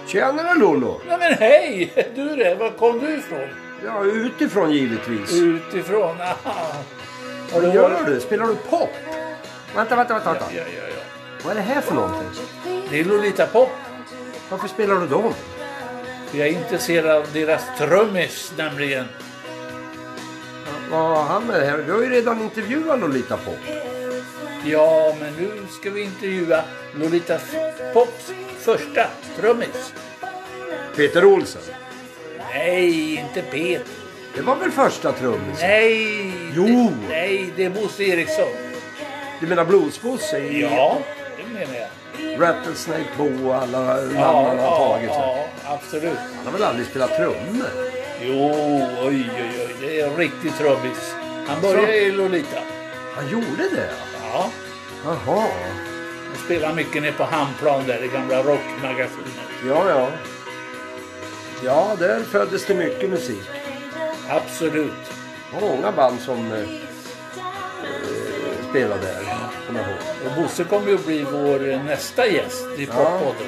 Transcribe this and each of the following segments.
Tjena Lollo. Nej men hej, du det, var kom du ifrån? Ja, utifrån givetvis. Utifrån, aha. Vad gör du? Spelar du pop? Vänta. Ja. Vad är det här för någonting? Det är Lolita Pop. Varför spelar du dem? Jag är intresserad av deras trummis nämligen. Vad har han med det här? Du har ju redan intervjuat Lolita Pop. Ja, men nu ska vi intervjua Lolita Pops första trummis. Peter Olsen. Nej, inte Peter. Det var väl första trummisen? Nej. Jo. Nej, det är Bosse Eriksson. Du menar Bluesbosse? Ja, det menar jag. Rattlesnake Bo och alla namn han har tagit. Ja, absolut. Han har väl aldrig spelat trummor? Jo, oj. Det är en riktig trummis. Han började i Lolita. Han gjorde det? Ja. Jaha. Han spelar mycket ner på Hamnplan där, det gamla rockmagasinet. Ja. Ja, där föddes det mycket musik. Absolut. Många band som spelade där. Och Bosse kommer ju att bli vår nästa gäst i Poppodden.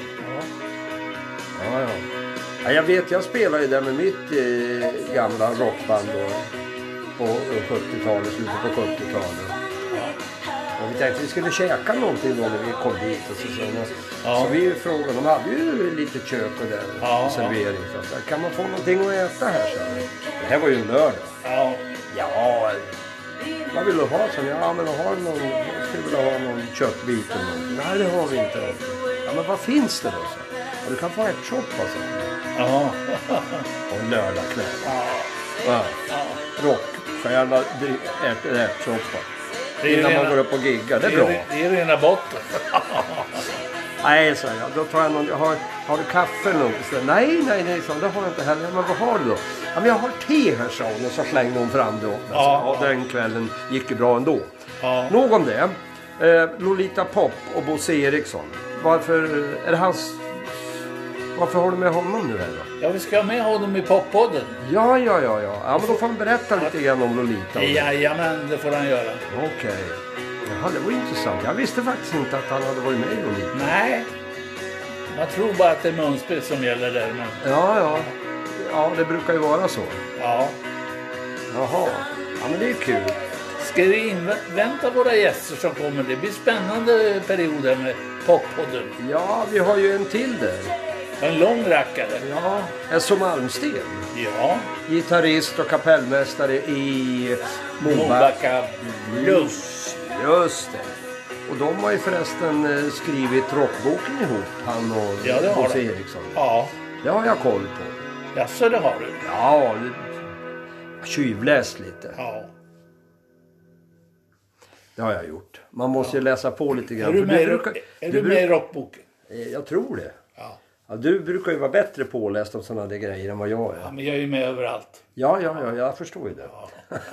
Ja, jag vet, jag spelade ju där med mitt gamla rockband då, på 70-talet, slutet på 70-talet. Och vi tänkte att vi skulle käka någonting då när vi kom dit. Och så vi frågade, de hade ju lite kök och där, servering. Så kan man få någonting att äta här? Så det här var ju en lördag. Ja, vad vill du ha? Så ja, men har någon, jag skulle vilja ha någon köttbit eller någonting. Nej, det har vi inte. Ja, men vad finns det då? Så? Ja, du kan få ärtsoppa, så. Ja. Och en lördagkväll. Ja. Rockstjärna ärtsoppa. Innan man går upp och giggar, det är bra. Det är rena botten. Nej, så jag. Då tar jag någon, har du kaffe eller något? Så, nej, så, det har jag inte heller. Men vad har du då? Ja, men jag har te här, sa hon. Och så slängde hon fram det. Och den kvällen gick ju bra ändå. Nog om det. Lolita Pop och Bosse Eriksson. Varför är det hans... Varför har du med honom nu här då? Ja, vi ska ha med honom i Poppodden. Ja. Ja, men då får han berätta lite grann om Lolita. Jajamän, det får han göra. Okej. Ja, det var intressant. Jag visste faktiskt inte att han hade varit med i Lolita. Nej. Man tror bara att det är munspel som gäller där. Men... Ja, det brukar ju vara så. Ja. Jaha. Ja, men det är kul. Ska vi invänta våra gäster som kommer? Det blir spännande perioder med Poppodden. Ja, vi har ju en till där. En lång rackare. Ja, S.O. Malmsten. Ja. Gitarrist och kapellmästare i Mobacka Blues. Just det. Och de har ju förresten skrivit rockboken ihop, han och Bosse Eriksson. Ja. Det har jag koll på. Ja, så det har du. Ja, tjuvläst lite. Ja. Det har jag gjort. Man måste ju läsa på lite grann. Är du med i rockboken? Jag tror det. Ja. Ja, du brukar ju vara bättre påläst om sådana där grejer än vad jag är. Ja, men jag är ju med överallt. Ja, jag förstår ju det. Ja.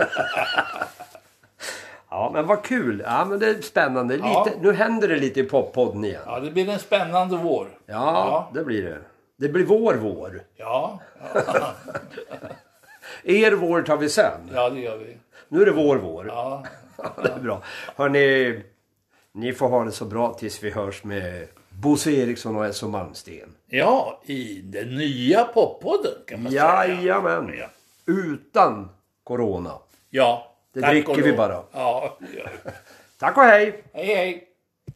Ja, men vad kul. Ja, men det är spännande. Nu händer det lite i Poppodden igen. Ja, det blir en spännande vår. Ja, det blir det. Det blir vår. Ja. Er vår tar vi sen. Ja, det gör vi. Nu är det vår. Ja. Det är bra. Hörrni, ni får ha det så bra tills vi hörs med Bosse Eriksson och S.O. Malmsten. Ja, i den nya Poppodden kan man säga. Jajamän. Ja. Utan corona. Ja. Det dricker vi bara. Ja. Tack och hej. Hej.